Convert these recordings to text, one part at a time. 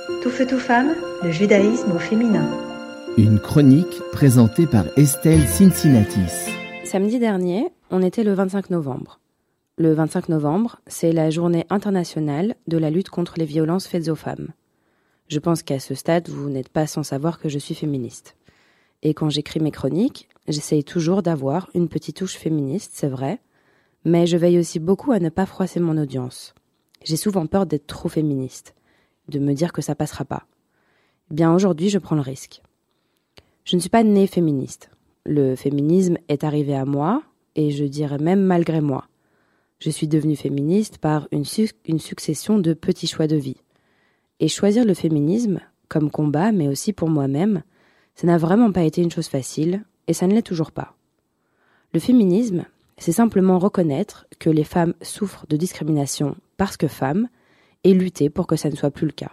Tout feu, tout femme, le judaïsme au féminin. Une chronique présentée par Estelle Cincinnatis. Samedi dernier, on était le 25 novembre. Le 25 novembre, c'est la journée internationale de la lutte contre les violences faites aux femmes. Je pense qu'à ce stade, vous n'êtes pas sans savoir que je suis féministe. Et quand j'écris mes chroniques, j'essaye toujours d'avoir une petite touche féministe, c'est vrai, mais je veille aussi beaucoup à ne pas froisser mon audience. J'ai souvent peur d'être trop féministe, de me dire que ça passera pas. Bien aujourd'hui, je prends le risque. Je ne suis pas née féministe. Le féminisme est arrivé à moi, et je dirais même malgré moi. Je suis devenue féministe par une succession de petits choix de vie. Et choisir le féminisme, comme combat, mais aussi pour moi-même, ça n'a vraiment pas été une chose facile, et ça ne l'est toujours pas. Le féminisme, c'est simplement reconnaître que les femmes souffrent de discrimination parce que femmes, et lutter pour que ça ne soit plus le cas.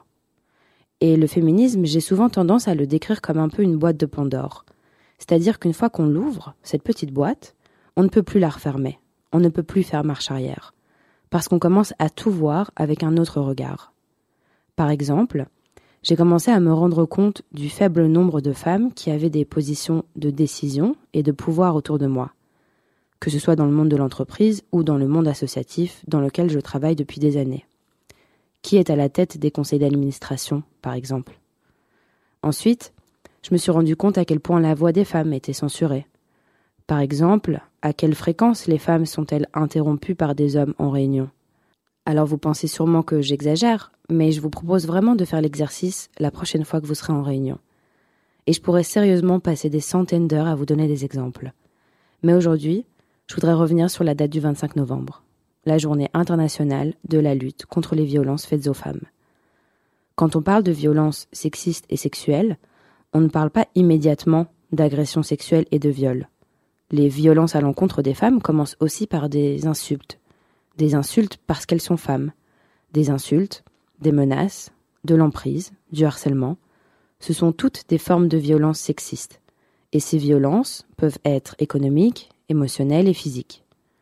Et le féminisme, j'ai souvent tendance à le décrire comme un peu une boîte de Pandore. C'est-à-dire qu'une fois qu'on l'ouvre, cette petite boîte, on ne peut plus la refermer, on ne peut plus faire marche arrière, parce qu'on commence à tout voir avec un autre regard. Par exemple, j'ai commencé à me rendre compte du faible nombre de femmes qui avaient des positions de décision et de pouvoir autour de moi, que ce soit dans le monde de l'entreprise ou dans le monde associatif dans lequel je travaille depuis des années. Qui est à la tête des conseils d'administration, par exemple. Ensuite, je me suis rendu compte à quel point la voix des femmes était censurée. Par exemple, à quelle fréquence les femmes sont-elles interrompues par des hommes en réunion ? Alors vous pensez sûrement que j'exagère, mais je vous propose vraiment de faire l'exercice la prochaine fois que vous serez en réunion. Et je pourrais sérieusement passer des centaines d'heures à vous donner des exemples. Mais aujourd'hui, je voudrais revenir sur la date du 25 novembre, la journée internationale de la lutte contre les violences faites aux femmes. Quand on parle de violences sexistes et sexuelles, on ne parle pas immédiatement d'agressions sexuelles et de viols. Les violences à l'encontre des femmes commencent aussi par des insultes. Des insultes parce qu'elles sont femmes. Des insultes, des menaces, de l'emprise, du harcèlement. Ce sont toutes des formes de violences sexistes. Et ces violences peuvent être économiques, émotionnelles et physiques.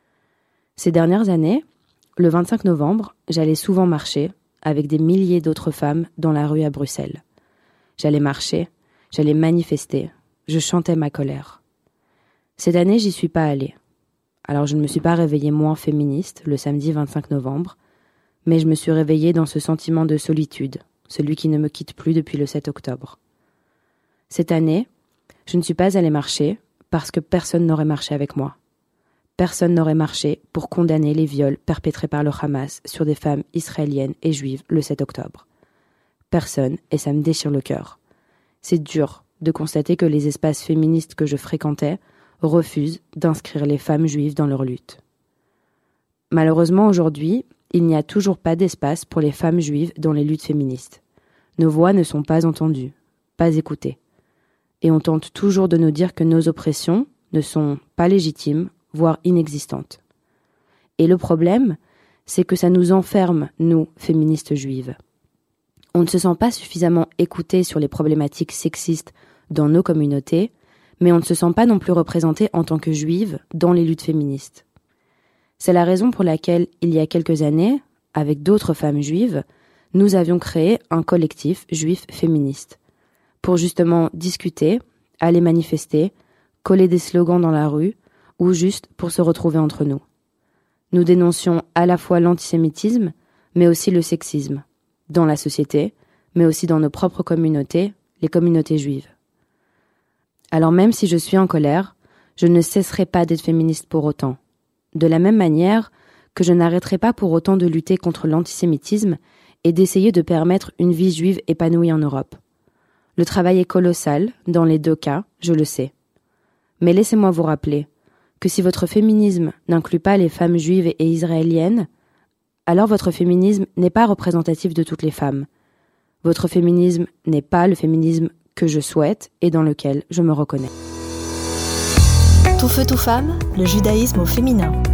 Ces dernières années, le 25 novembre, j'allais souvent marcher avec des milliers d'autres femmes dans la rue à Bruxelles. J'allais marcher, j'allais manifester, je chantais ma colère. Cette année, j'y suis pas allée. Alors je ne me suis pas réveillée moins féministe le samedi 25 novembre, mais je me suis réveillée dans ce sentiment de solitude, celui qui ne me quitte plus depuis le 7 octobre. Cette année, je ne suis pas allée marcher parce que personne n'aurait marché avec moi. Personne n'aurait marché pour condamner les viols perpétrés par le Hamas sur des femmes israéliennes et juives le 7 octobre. Personne, et ça me déchire le cœur. C'est dur de constater que les espaces féministes que je fréquentais refusent d'inscrire les femmes juives dans leur lutte. Malheureusement, aujourd'hui, il n'y a toujours pas d'espace pour les femmes juives dans les luttes féministes. Nos voix ne sont pas entendues, pas écoutées. Et on tente toujours de nous dire que nos oppressions ne sont pas légitimes, voire inexistantes. Et le problème, c'est que ça nous enferme, nous, féministes juives. On ne se sent pas suffisamment écoutés sur les problématiques sexistes dans nos communautés, mais on ne se sent pas non plus représenté en tant que juive dans les luttes féministes. C'est la raison pour laquelle, il y a quelques années, avec d'autres femmes juives, nous avions créé un collectif juif féministe, pour justement discuter, aller manifester, coller des slogans dans la rue, ou juste pour se retrouver entre nous. Nous dénoncions à la fois l'antisémitisme, mais aussi le sexisme, dans la société, mais aussi dans nos propres communautés, les communautés juives. Alors même si je suis en colère, je ne cesserai pas d'être féministe pour autant. De la même manière que je n'arrêterai pas pour autant de lutter contre l'antisémitisme et d'essayer de permettre une vie juive épanouie en Europe. Le travail est colossal, dans les deux cas, je le sais. Mais laissez-moi vous rappeler que si votre féminisme n'inclut pas les femmes juives et israéliennes, alors votre féminisme n'est pas représentatif de toutes les femmes. Votre féminisme n'est pas le féminisme que je souhaite et dans lequel je me reconnais. Tout feu, tout femme, le judaïsme au féminin.